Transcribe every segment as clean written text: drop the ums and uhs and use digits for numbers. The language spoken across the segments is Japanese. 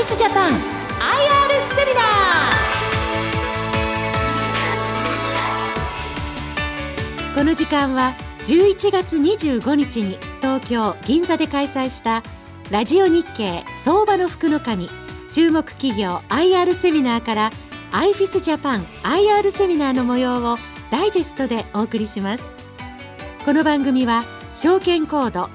IFIS ジャパン IR セミナー。この時間は11月25日に東京銀座で開催したラジオ日経相場の福の神注目企業 IR セミナーから IFIS ジャパン IR セミナーの模様をダイジェストでお送りします。この番組は証券コード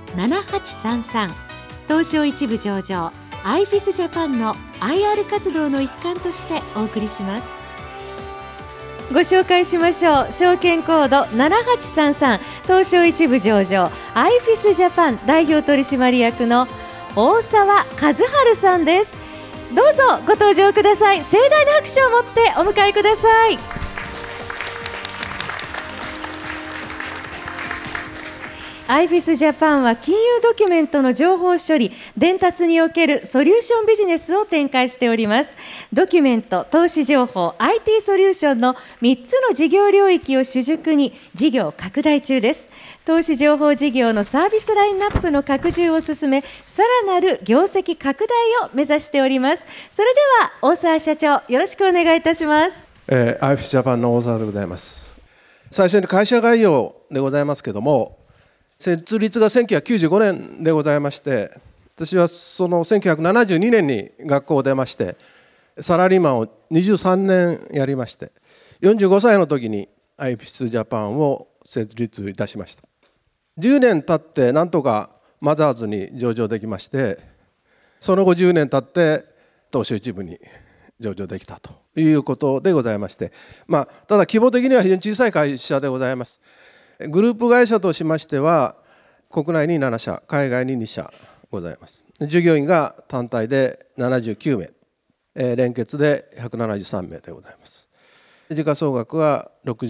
7833東証一部上場 IFIS ジャパンの IR 活動の一環としてお送りします。ご紹介しましょう。証券コード7833東証一部上場 IFIS ジャパン代表取締役の大沢和治さんです。どうぞご登場ください。盛大な拍手を持ってお迎えください。IFIS ジャパンは金融ドキュメントの情報処理、伝達におけるソリューションビジネスを展開しております。ドキュメント、投資情報、IT ソリューションの3つの事業領域を主軸に事業拡大中です。投資情報事業のサービスラインナップの拡充を進め、さらなる業績拡大を目指しております。それでは大沢社長、よろしくお願いいたします。 IFIS ジャパンの大沢でございます。最初に会社概要でございますけども、設立が1995年でございまして、私はその1972年に学校を出まして、サラリーマンを23年やりまして、45歳の時に IFIS ジャパンを設立いたしました。10年経ってなんとかマザーズに上場できまして、その後10年経って東証一部に上場できたということでございまして、ただ規模的には非常に小さい会社でございます。グループ会社としましては国内に7社、海外に2社ございます。従業員が単体で79名、連結で173名でございます。時価総額は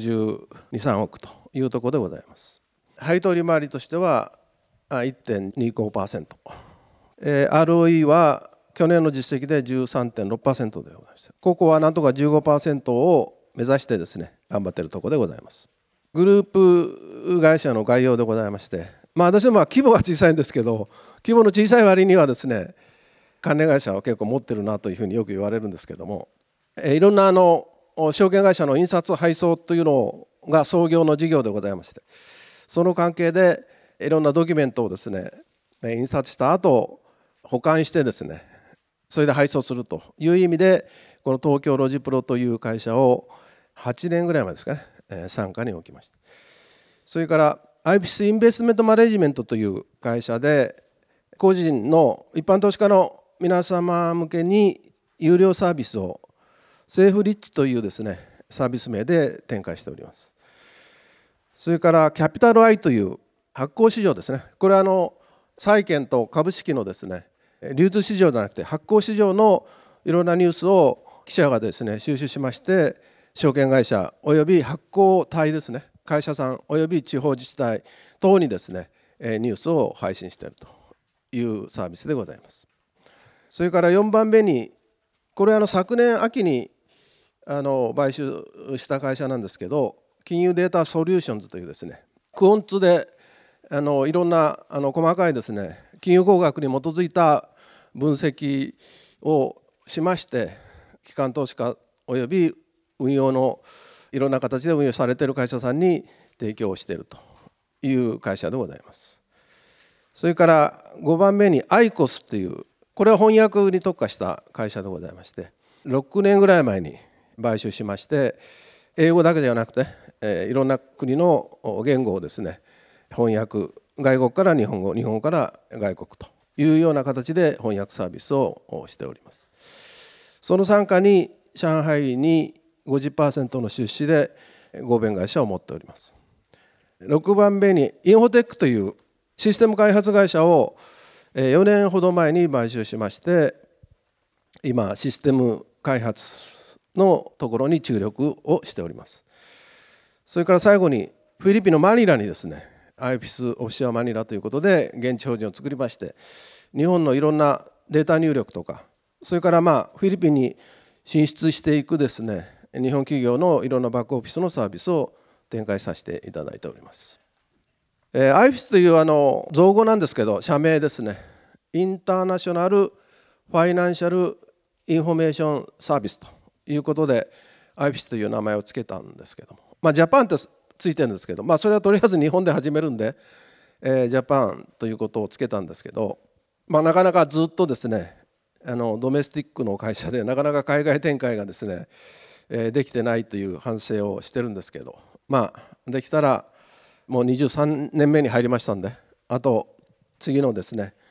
62、3億というところでございます。配当利回りとしては 1.25%、ROE は去年の実績で 13.6% でございました。ここはなんとか 15% を目指してですね、頑張っているところでございます。グループ会社の概要でございまして、私どもは規模が小さいんですけど、規模の小さい割にはですね、関連会社は結構持ってるなというふうによく言われるんですけども、いろんな証券会社の印刷配送というのが創業の事業でございまして、その関係でいろんなドキュメントをですね、印刷した後保管してですね、それで配送するという意味で、この東京ロジプロという会社を8年ぐらい前ですかね、傘下に置きました。それからIFISインベストメントマネジメントという会社で、個人の一般投資家の皆様向けに有料サービスをセーフリッチというですね、サービス名で展開しております。それからキャピタル I という発行市場ですね。これは債券と株式のですね、流通市場ではなくて発行市場のいろんなニュースを記者がですね、収集しまして、証券会社および発行体ですね、会社さんおよび地方自治体等にですね、ニュースを配信しているというサービスでございます。それから4番目に、これは昨年秋に買収した会社なんですけど、金融データソリューションズというですね、クオンツでいろんな細かいですね、金融工学に基づいた分析をしまして、機関投資家および運用のいろんな形で運用されている会社さんに提供しているという会社でございます。それから5番目に ICOS という、これは翻訳に特化した会社でございまして、6年ぐらい前に買収しまして、英語だけではなくていろんな国の言語をですね、翻訳、外国から日本語、日本語から外国というような形で翻訳サービスをしております。その傘下に上海に50% の出資で合弁会社を持っております。6番目にインフォテックというシステム開発会社を4年ほど前に買収しまして、今システム開発のところに注力をしております。それから最後にフィリピンのマニラにですね、IFIS オフィシアマニラということで現地法人を作りまして、日本のいろんなデータ入力とか、それからフィリピンに進出していくですね、日本企業のいろんなバックオフィスのサービスを展開させていただいております。IFIS という造語なんですけど、社名ですね。インターナショナルファイナンシャルインフォメーションサービスということで IFIS という名前をつけたんですけども、ジャパンってついてるんですけど、それはとりあえず日本で始めるんで、ジャパンということをつけたんですけど、なかなかずっとですねドメスティックの会社でなかなか海外展開がですねできてないという反省をしてるんですけど、できたらもう23年目に入りましたんで、あと次のですね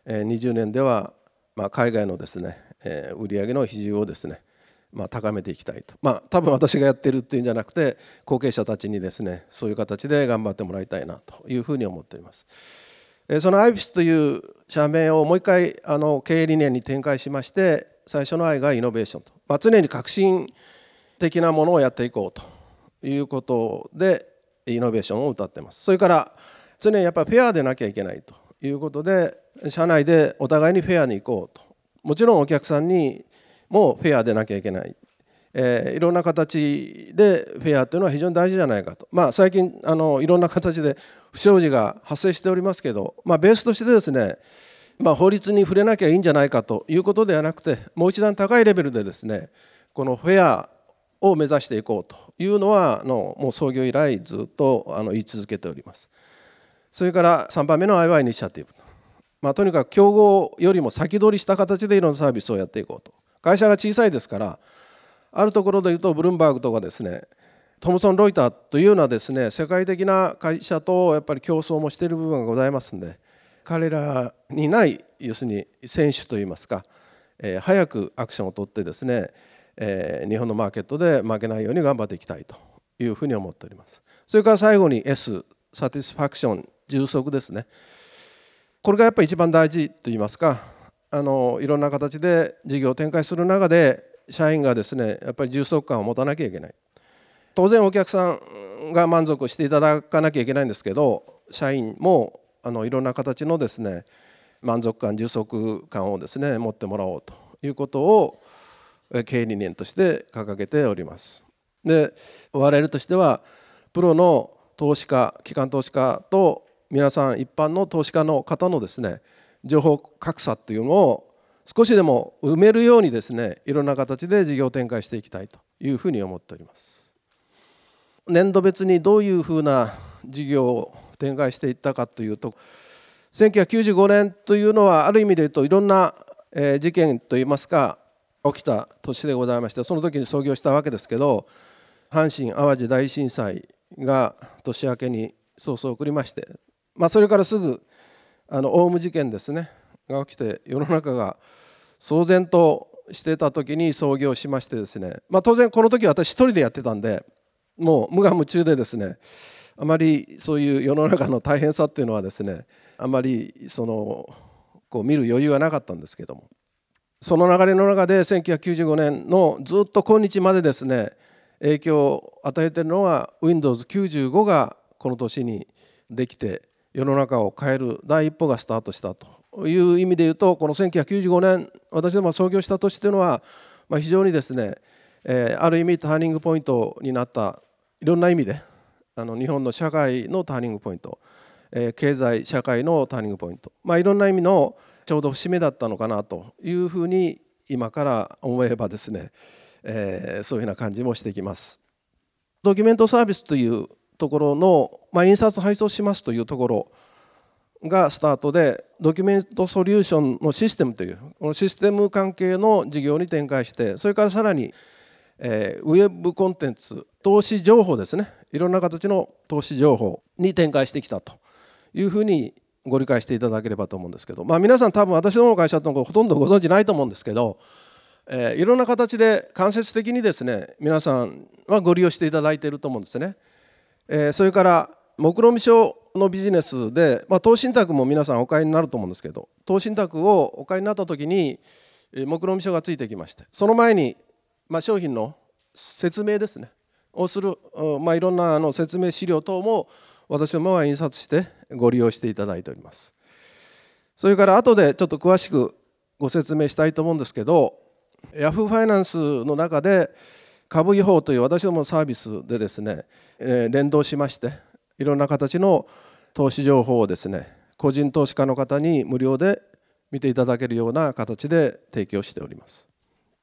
20年では海外のですね売上の比重をですね高めていきたいと、多分私がやってるっていうんじゃなくて後継者たちにですねそういう形で頑張ってもらいたいなというふうに思っております。その IFIS という社名をもう一回経営理念に展開しまして、最初の I がイノベーションと、常に革新的なものをやっていこうということでイノベーションを謳っています。それから常にやっぱりフェアでなきゃいけないということで、社内でお互いにフェアにいこうと、もちろんお客さんにもフェアでなきゃいけない、いろんな形でフェアというのは非常に大事じゃないかと。最近いろんな形で不祥事が発生しておりますけど、ベースとしてですね、法律に触れなきゃいいんじゃないかということではなくて、もう一段高いレベルでですねこのフェアを目指していこうというのはもう創業以来ずっと言い続けております。それから3番目の IY イニシアティブ、とにかく競合よりも先取りした形でいろんなサービスをやっていこうと。会社が小さいですから、あるところでいうとブルームバーグとかですねトムソン・ロイターというようなですね世界的な会社とやっぱり競争もしている部分がございますので、彼らにない要するに選手といいますか、早くアクションを取ってですね、日本のマーケットで負けないように頑張っていきたいというふうに思っております。それから最後に S、サティスファクション、充足ですね。これがやっぱり一番大事といいますか、いろんな形で事業を展開する中で社員がですねやっぱり充足感を持たなきゃいけない。当然お客さんが満足していただかなきゃいけないんですけど、社員もいろんな形のですね満足感、充足感をですね持ってもらおうということを経営理念として掲げております。で、我々としてはプロの投資家、機関投資家と皆さん一般の投資家の方のですね情報格差というのを少しでも埋めるようにですねいろんな形で事業展開していきたいというふうに思っております。年度別にどういうふうな事業を展開していったかというと、1995年というのはある意味で言うといろんな事件といいますか起きた年でございまして、その時に創業したわけですけど、阪神・淡路大震災が年明けに早々送りまして、それからすぐオウム事件ですねが起きて世の中が騒然としてた時に創業しましてですね、当然この時は私一人でやってたんでもう無我夢中でですね、あまりそういう世の中の大変さっていうのはですねあまりこう見る余裕はなかったんですけども、その流れの中で1995年のずっと今日までですね影響を与えているのは Windows95 がこの年にできて世の中を変える第一歩がスタートしたという意味でいうと、この1995年私ども創業した年というのは非常にですねある意味ターニングポイントになった、いろんな意味で日本の社会のターニングポイント、経済社会のターニングポイント、いろんな意味のちょうど節目だったのかなというふうに今から思えばですね、そういうふうな感じもしてきます。ドキュメントサービスというところの、印刷配送しますというところがスタートで、ドキュメントソリューションのシステムというこのシステム関係の事業に展開して、それからさらにウェブコンテンツ、投資情報ですね、いろんな形の投資情報に展開してきたというふうにご理解していただければと思うんですけど、皆さん多分私どもの会社のほとんどご存じないと思うんですけど、いろんな形で間接的にですね皆さんはご利用していただいていると思うんですね。それから目論見書のビジネスで、投資信託も皆さんお買いになると思うんですけど、投資信託をお買いになった時に目論見書がついてきまして、その前に商品の説明ですねをする、いろんな説明資料等も私どもは印刷してご利用していただいております。それから後でちょっと詳しくご説明したいと思うんですけど、ヤフーファイナンスの中で株違法という私どものサービスでですね、連動しましていろんな形の投資情報をですね個人投資家の方に無料で見ていただけるような形で提供しております。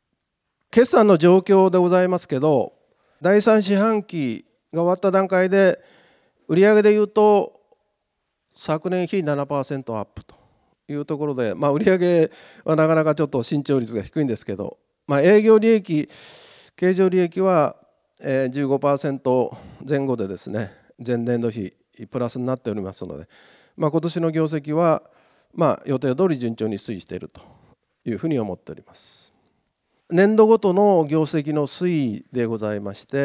決算の状況でございますけど、第3四半期が終わった段階で売上でいうと昨年比 7% アップというところで、売上はなかなかちょっと伸長率が低いんですけど、営業利益、経常利益は 15% 前後でですね、前年度比プラスになっておりますので、今年の業績は予定通り順調に推移しているというふうに思っております。年度ごとの業績の推移でございまして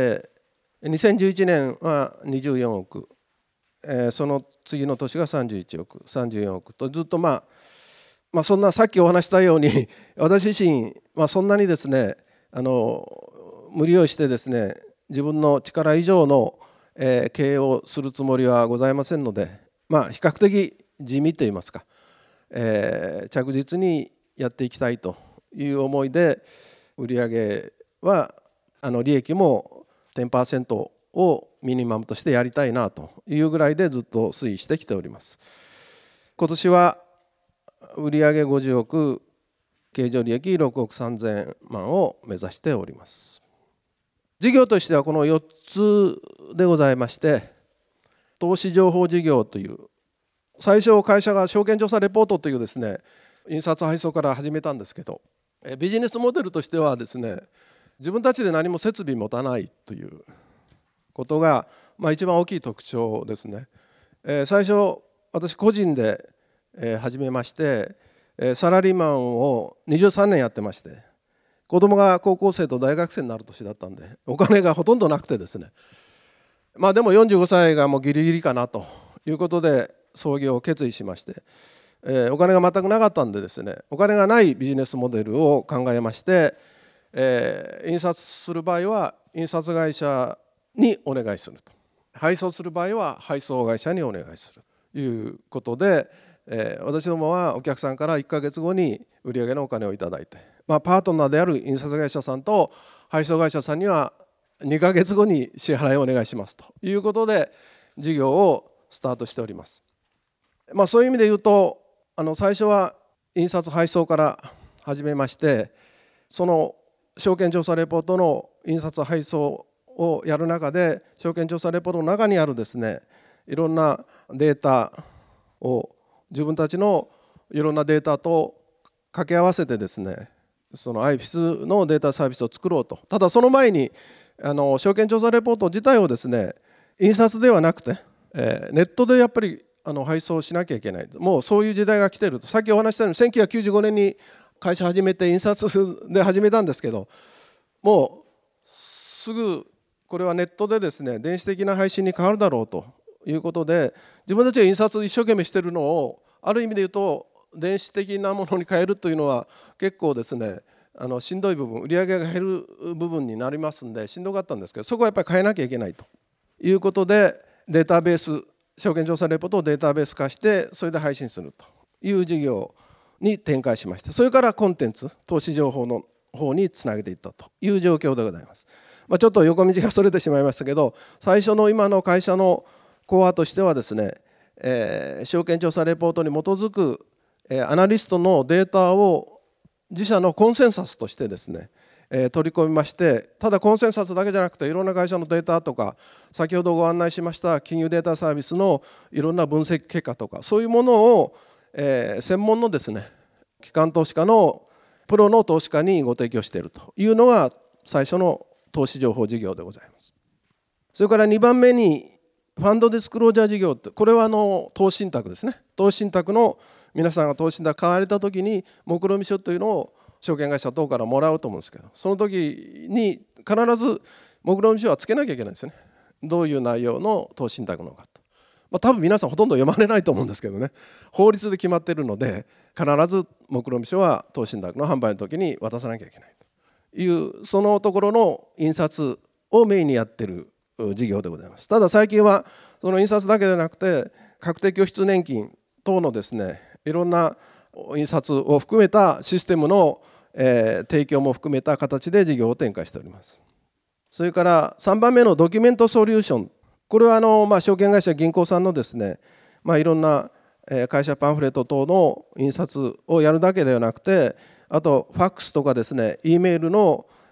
、2011年は24億、その次の年が31億、34億とずっとそんなさっきお話したように私自身、そんなにですね無理をしてですね自分の力以上の経営をするつもりはございませんので、比較的地味といいますか、着実にやっていきたいという思いで、売上は利益も 10% をミニマムとしてやりたいなというぐらいでずっと推移してきております。今年は売上50億、経常利益6億3000万を目指しております。事業としてはこの4つでございまして、投資情報事業という、最初会社が証券調査レポートというですね印刷配送から始めたんですけど、ビジネスモデルとしてはですね、自分たちで何も設備持たないということが一番大きい特徴ですね。最初私個人で始めまして、サラリーマンを23年やってまして、子供が高校生と大学生になる年だったんでお金がほとんどなくてですね、でも45歳がもうギリギリかなということで創業を決意しまして、お金が全くなかったんでですね、お金がないビジネスモデルを考えまして、印刷する場合は印刷会社にお願いすると、配送する場合は配送会社にお願いするということで、私どもはお客さんから1ヶ月後に売上のお金をいただいて、パートナーである印刷会社さんと配送会社さんには2ヶ月後に支払いをお願いしますということで事業をスタートしております。そういう意味で言うと、最初は印刷配送から始めまして、その証券調査レポートの印刷配送をやる中で、証券調査レポートの中にあるですねいろんなデータを自分たちのいろんなデータと掛け合わせてですね、その IFIS のデータサービスを作ろうと。ただその前に証券調査レポート自体をですね印刷ではなくて、ネットでやっぱり配送しなきゃいけない、もうそういう時代が来ていると。さっきお話したように1995年に会社始めて印刷で始めたんですけど、もうすぐこれはネットでですね電子的な配信に変わるだろうということで、自分たちが印刷一生懸命しているのをある意味で言うと電子的なものに変えるというのは結構ですねしんどい部分、売上が減る部分になりますんでしんどかったんですけど、そこはやっぱり変えなきゃいけないということで、データベース、証券調査レポートをデータベース化してそれで配信するという事業に展開しました。それからコンテンツ、投資情報の方につなげていったという状況でございます。ちょっと横道がそれてしまいましたけど、最初の今の会社のコアとしてはですね、証券調査レポートに基づくアナリストのデータを自社のコンセンサスとしてですね取り込みまして、ただコンセンサスだけじゃなくていろんな会社のデータとか、先ほどご案内しました金融データサービスのいろんな分析結果とか、そういうものを専門のですね機関投資家のプロの投資家にご提供しているというのが最初の投資情報事業でございます。それから2番目にファンドディスクロージャー事業って、これは投資信託ですね。投資信託の皆さんが投資信託買われた時に目論見書というのを証券会社等からもらうと思うんですけど、その時に必ず目論見書はつけなきゃいけないんですよね。どういう内容の投資信託なのかと。多分皆さんほとんど読まれないと思うんですけどね、法律で決まっているので必ず目論見書は投資信託の販売の時に渡さなきゃいけないという、そのところの印刷をメインにやっている事業でございます。ただ最近はその印刷だけでなくて確定拠出年金等のですねいろんな印刷を含めたシステムの提供も含めた形で事業を展開しております。それから3番目のドキュメントソリューション、これは証券会社銀行さんのですねいろんな会社パンフレット等の印刷をやるだけではなくて、あとファックスとかですね E メールの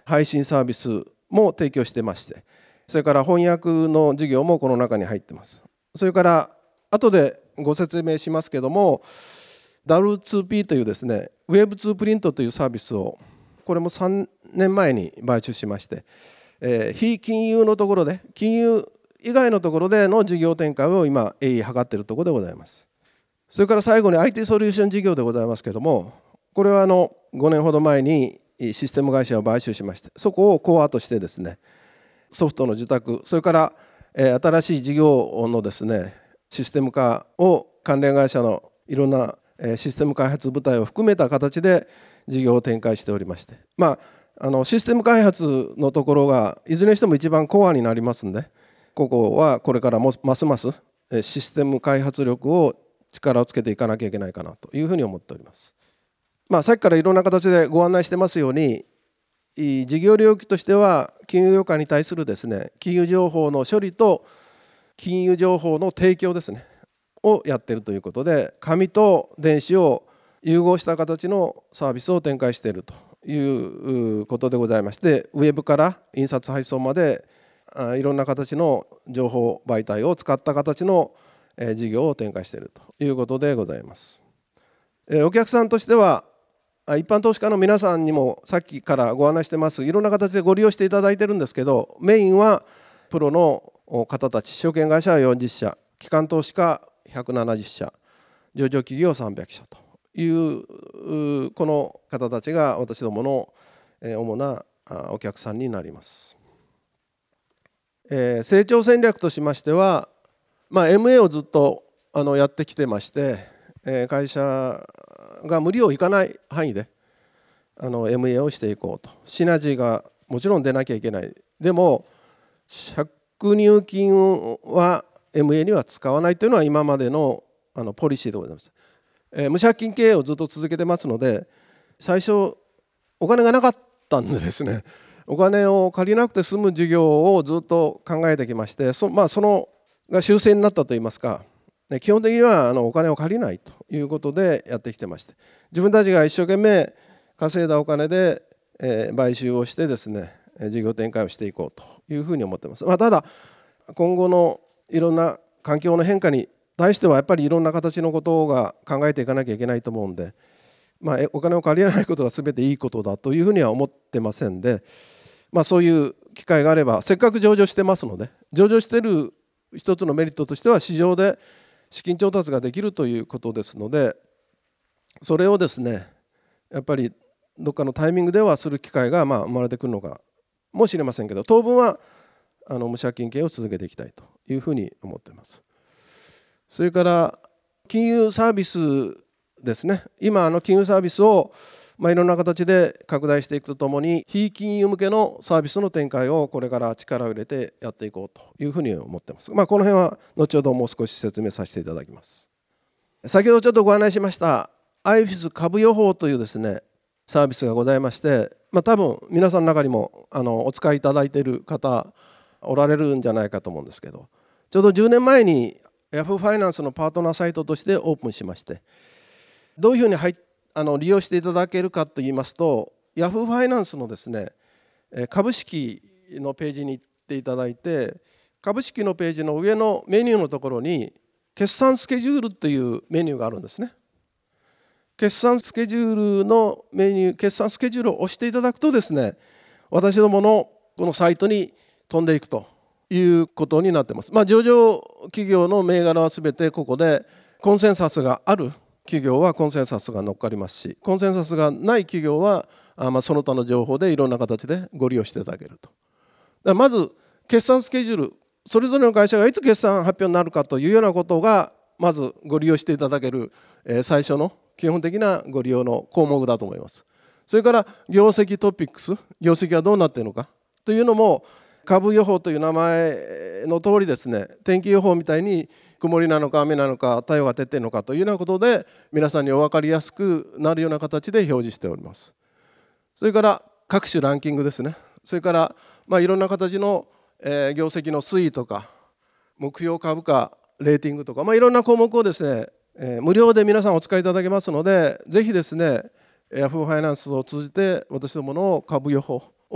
配信サービスも提供してまして、それから翻訳の事業もこの中に入ってます。それから後でご説明しますけども、 DAL2P というですね Web2 プリントというサービスをこれも3年前に買収しまして、非金融のところで、金融以外のところでの事業展開を今鋭意図っているところでございます。それから最後に IT ソリューション事業でございますけども、これは5年ほど前にシステム会社を買収しまして、そこをコアとしてですね、ソフトの受託、それから新しい事業のですねシステム化を関連会社のいろんなシステム開発部隊を含めた形で事業を展開しておりまして、システム開発のところがいずれにしても一番コアになりますので、ここはこれからもますますシステム開発力を力をつけていかなきゃいけないかなというふうに思っております。さっきからいろんな形でご案内してますように、事業領域としては金融業界に対するですね金融情報の処理と金融情報の提供ですねをやっているということで、紙と電子を融合した形のサービスを展開しているということでございまして、ウェブから印刷配送までいろんな形の情報媒体を使った形の事業を展開しているということでございます。お客さんとしては一般投資家の皆さんにもさっきからご案内してますいろんな形でご利用していただいているんですけど、メインはプロの方たち、証券会社は40社、機関投資家170社、上場企業300社というこの方たちが私どもの主なお客さんになります。成長戦略としましては、MA をずっとやってきてまして、会社が無理をいかない範囲でMA をしていこうと。シナジーがもちろん出なきゃいけない。でも借入金は MA には使わないというのは今までのポリシーでございます。無借金経営をずっと続けてますので、最初お金がなかったんでですね、お金を借りなくて済む事業をずっと考えてきまして、そのが修正になったといいますか、基本的にはお金を借りないということでやってきてまして、自分たちが一生懸命稼いだお金で買収をしてですね事業展開をしていこうというふうに思っています。ただ今後のいろんな環境の変化に対してはやっぱりいろんな形のことが考えていかなきゃいけないと思うんで、お金を借りないことが全ていいことだというふうには思ってませんで、そういう機会があれば、せっかく上場してますので、上場している一つのメリットとしては市場で資金調達ができるということですので、それをですねやっぱりどっかのタイミングではする機会が生まれてくるのかもしれませんけど、当分は無借金経営を続けていきたいというふうに思っています。それから金融サービスですね、今金融サービスをいろんな形で拡大していくとともに、非金融向けのサービスの展開をこれから力を入れてやっていこうというふうに思っています。この辺は後ほどもう少し説明させていただきます。先ほどちょっとご案内しましたIFIS株予報というですねサービスがございまして、多分皆さんの中にもお使いいただいている方おられるんじゃないかと思うんですけど、ちょうど10年前に Yahoo ファイナンスのパートナーサイトとしてオープンしまして、どういうふうに利用していただけるかといいますと、Yahoo ファイナンスのですね株式のページに行っていただいて、株式のページの上のメニューのところに決算スケジュールというメニューがあるんですね。決算スケジュールのメニュー、決算スケジュールを押していただくとですね、私どものこのサイトに飛んでいくということになっています。上場企業の銘柄は全てここで、コンセンサスがある企業はコンセンサスが乗っかりますし、コンセンサスがない企業はその他の情報でいろんな形でご利用していただけると。まず決算スケジュール、それぞれの会社がいつ決算発表になるかというようなことがまずご利用していただける最初の基本的なご利用の項目だと思います。それから業績トピックス、業績がどうなっているのかというのも、株予報という名前の通りですね、天気予報みたいに曇りなのか雨なのか太陽が照っているのかというようなことで皆さんにお分かりやすくなるような形で表示しております。それから各種ランキングですね、それからいろんな形の業績の推移とか目標株価レーティングとか、いろんな項目をですね無料で皆さんお使いいただけますので、ぜひですねYahooファイナンスを通じて私どもの株予報を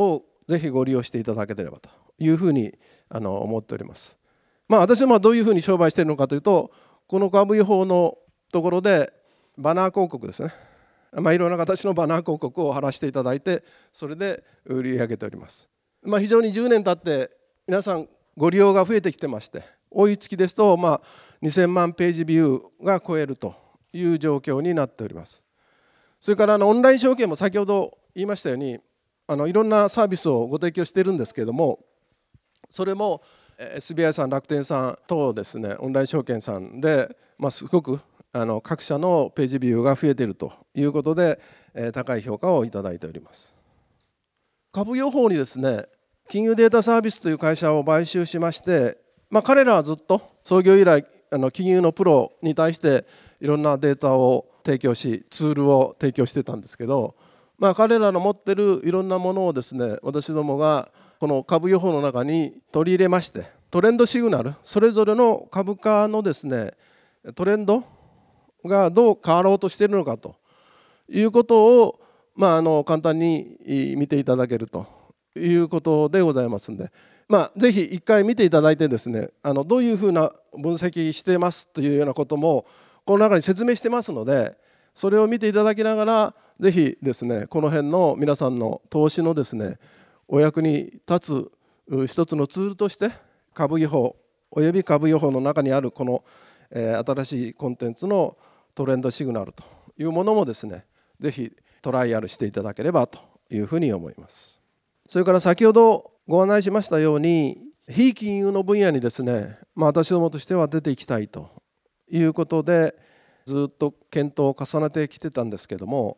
ぜひご利用していただければというふうに思っております。私はどういうふうに商売しているのかというと、この株予報のところでバナー広告ですね、いろんな形のバナー広告を貼らせていただいて、それで売り上げております。非常に10年経って皆さんご利用が増えてきてまして、多い月ですと2000万ページビューが超えるという状況になっております。それからオンライン証券も先ほど言いましたようにいろんなサービスをご提供しているんですけれども、それも SBI さん、楽天さん等ですね、オンライン証券さんですごく各社のページビューが増えているということで高い評価をいただいております。株予報にですね、金融データサービスという会社を買収しまして、彼らはずっと創業以来金融のプロに対していろんなデータを提供し、ツールを提供してたんですけど、彼らの持ってるいろんなものをですね、私どもがこの株予報の中に取り入れまして、トレンドシグナル、それぞれの株価のですねトレンドがどう変わろうとしているのかということを、簡単に見ていただけるということでございますので、ぜひ一回見ていただいてですね、どういうふうな分析してますというようなこともこの中に説明してますので、それを見ていただきながら、ぜひですねこの辺の皆さんの投資のですねお役に立つ一つのツールとして、株予報および株予報の中にあるこの新しいコンテンツのトレンドシグナルというものもですね、ぜひトライアルしていただければというふうに思います。それから先ほどご案内しましたように、非金融の分野にですね、私どもとしては出ていきたいということでずっと検討を重ねてきてたんですけども、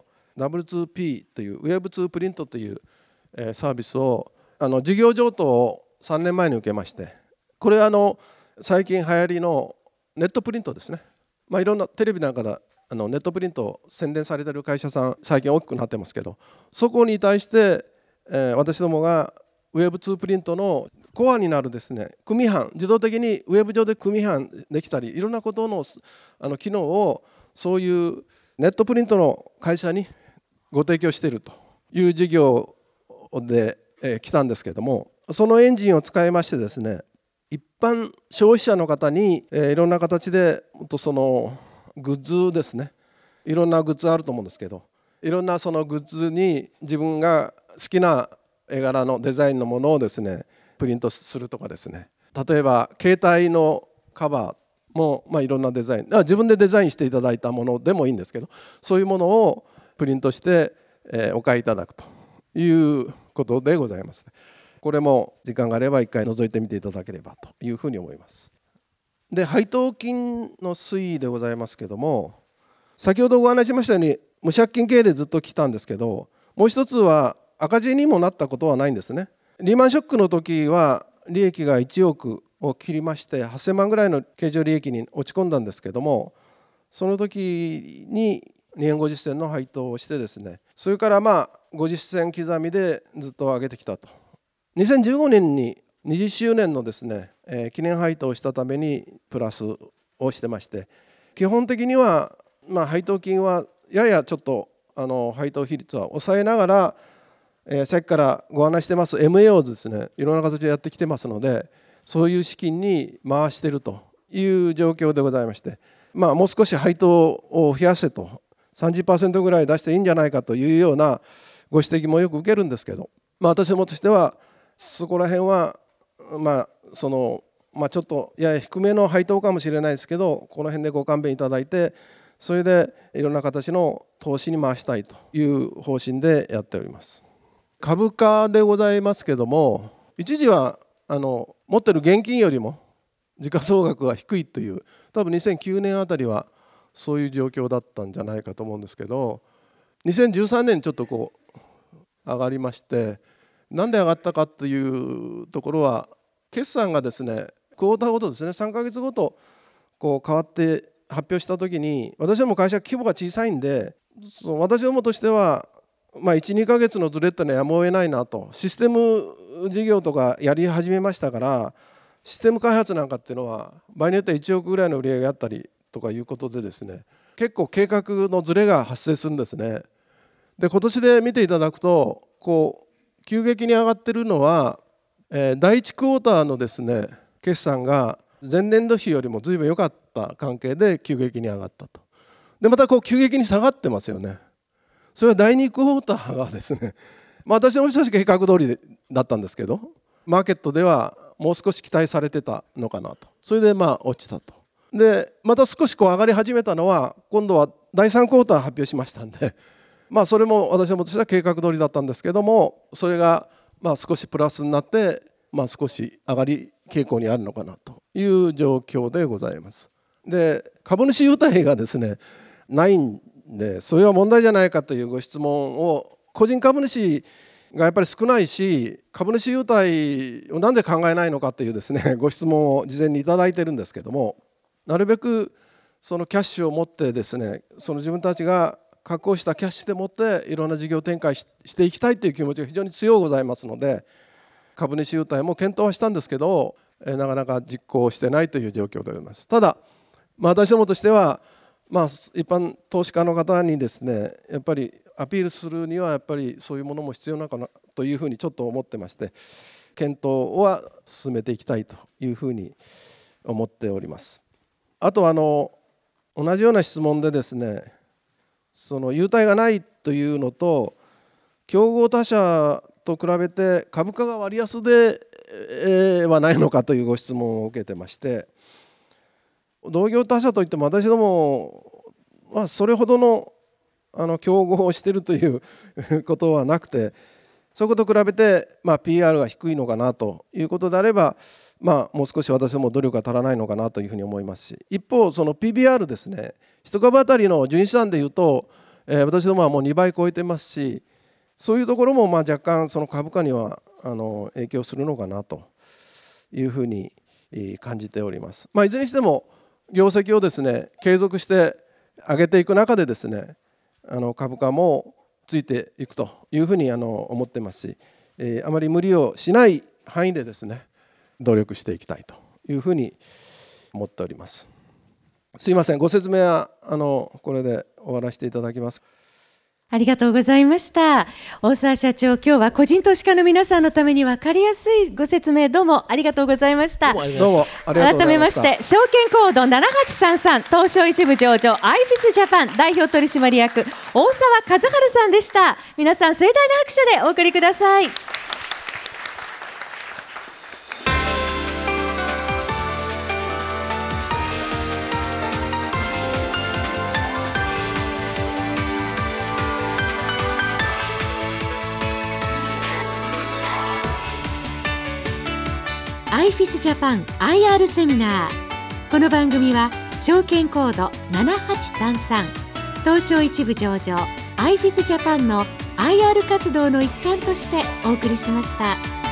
W2P という Web2 プリントというサービスを事業譲渡を3年前に受けまして、これは最近流行りのネットプリントですね。いろんなテレビなんかでネットプリントを宣伝されている会社さん最近大きくなってますけど、そこに対して私どもが Web2 プリントのコアになるですね組版、自動的にウェブ上で組版できたり、いろんなことの機能をそういうネットプリントの会社にご提供しているという事業で来たんですけども、そのエンジンを使いましてですね、一般消費者の方にいろんな形でそのグッズですね、いろんなグッズあると思うんですけど、いろんなそのグッズに自分が好きな絵柄のデザインのものをですねプリントするとかですね、例えば携帯のカバーもいろんなデザイン、自分でデザインしていただいたものでもいいんですけど、そういうものをプリントしてお買いいただくということでございます。これも時間があれば一回覗いてみていただければというふうに思います。で、配当金の推移でございますけども、先ほどご案内しましたように無借金経営でずっと来たんですけど、もう一つは赤字にもなったことはないんですね。リーマンショックの時は利益が1億を切りまして8000万ぐらいの経常利益に落ち込んだんですけども、その時に2円50銭の配当をしてですね、それから50銭刻みでずっと上げてきたと。2015年に20周年のですね記念配当をしたためにプラスをしてまして、基本的には配当金はややちょっと配当比率は抑えながら、さっきからご案内してます MA をですねいろんな形でやってきてますので、そういう資金に回しているという状況でございまして、もう少し配当を増やせと 30% ぐらい出していいんじゃないかというようなご指摘もよく受けるんですけど、私どもとしてはそこら辺はちょっとやや低めの配当かもしれないですけど、この辺でご勘弁いただいて、それでいろんな形の投資に回したいという方針でやっております。株価でございますけども、一時は持ってる現金よりも時価総額が低いという、多分2009年あたりはそういう状況だったんじゃないかと思うんですけど、2013年ちょっと上がりまして、なんで上がったかというところは、決算がですねクォーターごとですね3ヶ月ごと変わって発表したときに、私ども会社規模が小さいんで、私どもとしては1、2ヶ月のズレってのはやむを得ないなと。システム事業とかやり始めましたから、システム開発なんかっていうのは場合によっては1億ぐらいの売り上げがあったりとかいうことでですね、結構計画のズレが発生するんですね。で、今年で見ていただくと急激に上がっているのは、第1クォーターのですね決算が前年度比よりも随分良かった関係で急激に上がったと。でまた急激に下がってますよね。それは第2クォーターがですね、私の人たち計画通りだったんですけど、マーケットではもう少し期待されてたのかなと。それで落ちたと。でまた少し上がり始めたのは今度は第3クォーター発表しましたんで、それも私どもとしては計画通りだったんですけども、それが少しプラスになって、少し上がり傾向にあるのかなという状況でございます。で株主優待がですねないんで、それは問題じゃないかというご質問を、個人株主がやっぱり少ないし、株主優待をなんで考えないのかというですねご質問を事前にいただいているんですけども、なるべくそのキャッシュを持ってですね、その自分たちが確保したキャッシュでもっていろんな事業展開していきたいという気持ちが非常に強いございますので、株主優待も検討はしたんですけど、なかなか実行してないという状況であります。ただ、私どもとしては、一般投資家の方にですねやっぱりアピールするにはやっぱりそういうものも必要なのかなというふうにちょっと思ってまして、検討は進めていきたいというふうに思っております。あと同じような質問でですね、その優待がないというのと、競合他社と比べて株価が割安ではないのかというご質問を受けてまして、同業他社といっても私どもそれほどの競合をしているということはなくて、そこと比べてPR が低いのかなということであれば、もう少し私ども努力が足らないのかなというふうに思いますし、一方その PBR ですね、1株当たりの純資産でいうと、私どもはもう2倍超えてますし、そういうところも若干その株価には影響するのかなというふうに感じております。いずれにしても業績をですね継続して上げていく中でですね、株価もついていくというふうに思ってますし、あまり無理をしない範囲でですね努力していきたいというふうに思っております。すいません、ご説明はこれで終わらせていただきます。 ありがとうございました。大沢社長、今日は個人投資家の皆さんのために分かりやすいご説明どうもありがとうございました。 どうもありがとうございました。 改めまして、証券コード7833東証一部上場アイフィスジャパン代表取締役大沢和晴さんでした。皆さん盛大な拍手でお送りください。アイフィスジャパン IR セミナー。この番組は証券コード7833東証一部上場アイフィスジャパンの IR 活動の一環としてお送りしました。